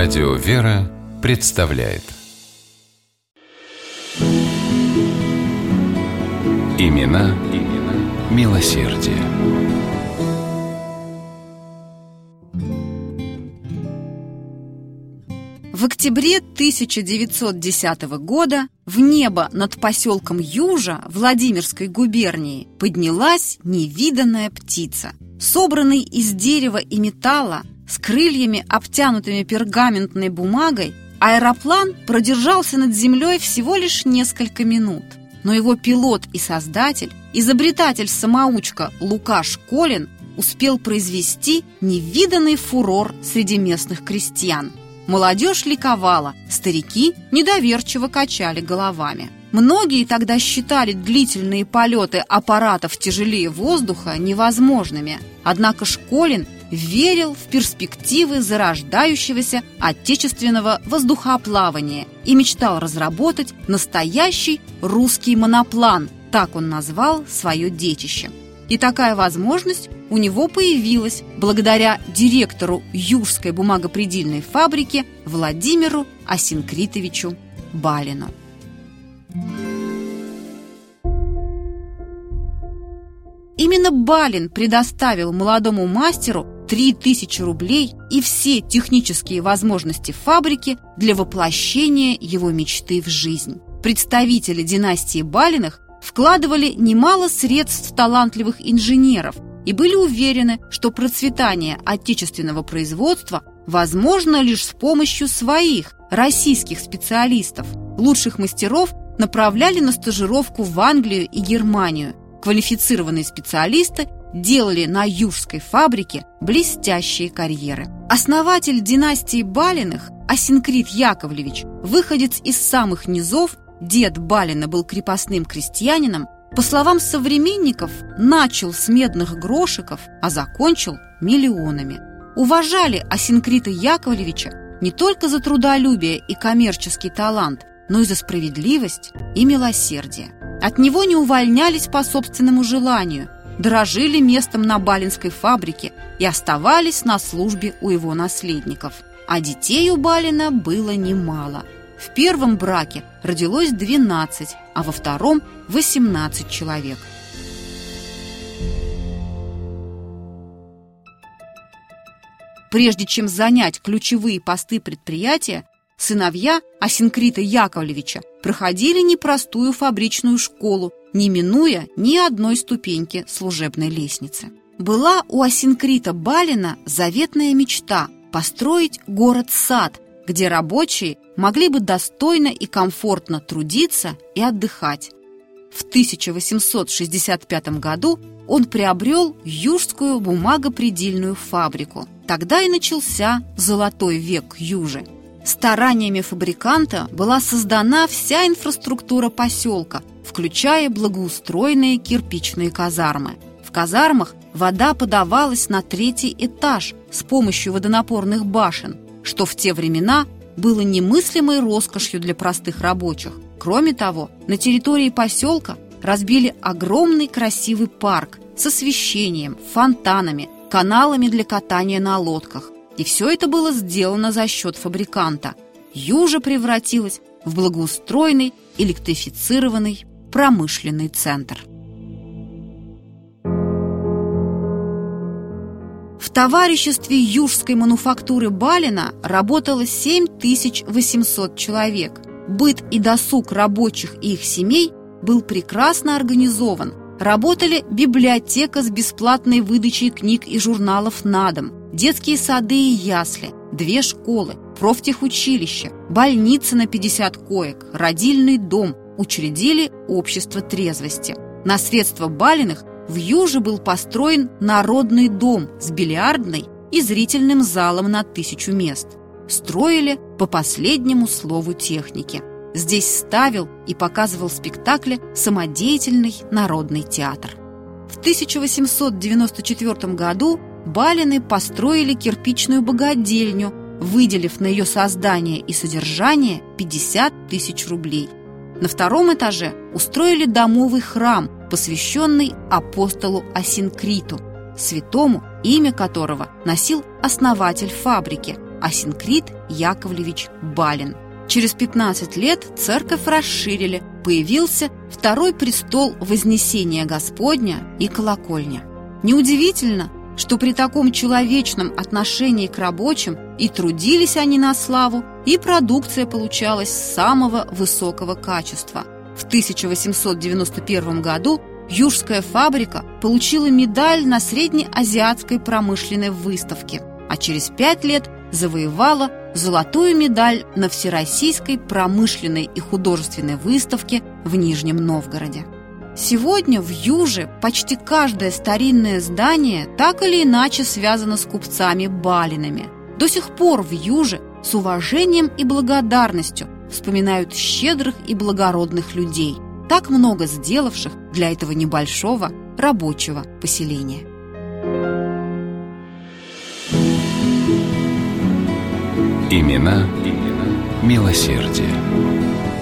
Радио «Вера» представляет Имена милосердия. В октябре 1910 года в небо над поселком Южа Владимирской губернии поднялась невиданная птица. Собранный из дерева и металла, с крыльями, обтянутыми пергаментной бумагой, аэроплан продержался над землей всего лишь несколько минут. Но его пилот и создатель, изобретатель-самоучка Лука Школин, успел произвести невиданный фурор среди местных крестьян. Молодежь ликовала, старики недоверчиво качали головами. Многие тогда считали длительные полеты аппаратов тяжелее воздуха невозможными. Однако Школин верил в перспективы зарождающегося отечественного воздухоплавания и мечтал разработать настоящий русский моноплан, так он назвал свое детище. И такая возможность у него появилась благодаря директору Южской бумагопредельной фабрики Владимиру Осинкритовичу Балину. Именно Балин предоставил молодому мастеру 3000 рублей и все технические возможности фабрики для воплощения его мечты в жизнь. Представители династии Балиных вкладывали немало средств в талантливых инженеров и были уверены, что процветание отечественного производства возможно лишь с помощью своих российских специалистов. Лучших мастеров направляли на стажировку в Англию и Германию. Квалифицированные специалисты делали на Южской фабрике блестящие карьеры. Основатель династии Балиных Осинкрит Яковлевич, выходец из самых низов, дед Балина был крепостным крестьянином, по словам современников, начал с медных грошиков, а закончил миллионами. Уважали Осинкрита Яковлевича не только за трудолюбие и коммерческий талант, но и за справедливость и милосердие. От него не увольнялись по собственному желанию, дорожили местом на Балинской фабрике и оставались на службе у его наследников. А детей у Балина было немало. В первом браке родилось 12, а во втором – 18 человек. Прежде чем занять ключевые посты предприятия, сыновья Осинкрита Яковлевича проходили непростую фабричную школу, не минуя ни одной ступеньки служебной лестницы. Была у Осинкрита Балина заветная мечта – построить город-сад, где рабочие могли бы достойно и комфортно трудиться и отдыхать. В 1865 году он приобрел Южскую бумагопредельную фабрику. Тогда и начался золотой век Южи. Стараниями фабриканта была создана вся инфраструктура поселка, включая благоустроенные кирпичные казармы. В казармах вода подавалась на 3-й этаж с помощью водонапорных башен, что в те времена было немыслимой роскошью для простых рабочих. Кроме того, на территории поселка разбили огромный красивый парк с освещением, фонтанами, каналами для катания на лодках. И все это было сделано за счет фабриканта. Южа превратилась в благоустроенный, электрифицированный промышленный центр. В товариществе Южской мануфактуры Балина работало 7800 человек. Быт и досуг рабочих и их семей был прекрасно организован. Работали библиотека с бесплатной выдачей книг и журналов на дом, детские сады и ясли, 2 школы, профтехучилище, больница на 50 коек, родильный дом, учредили общество трезвости. На средства Балиных в Юже был построен народный дом с бильярдной и зрительным залом на 1000 мест. Строили по последнему слову техники. Здесь ставил и показывал спектакли самодеятельный народный театр. В 1894 году Балины построили кирпичную богадельню, выделив на ее создание и содержание 50 000 рублей. На 2-м этаже устроили домовый храм, посвященный апостолу Осинкриту, святому, имя которого носил основатель фабрики, Асинкрит Яковлевич Балин. Через 15 лет церковь расширили, появился второй престол Вознесения Господня и колокольня. Неудивительно, что при таком человечном отношении к рабочим и трудились они на славу, и продукция получалась самого высокого качества. В 1891 году Южская фабрика получила медаль на среднеазиатской промышленной выставке, а через 5 лет завоевала золотую медаль на Всероссийской промышленной и художественной выставке в Нижнем Новгороде. Сегодня в Юже почти каждое старинное здание так или иначе связано с купцами Балинами. До сих пор в Юже с уважением и благодарностью вспоминают щедрых и благородных людей, так много сделавших для этого небольшого рабочего поселения. Имена милосердия.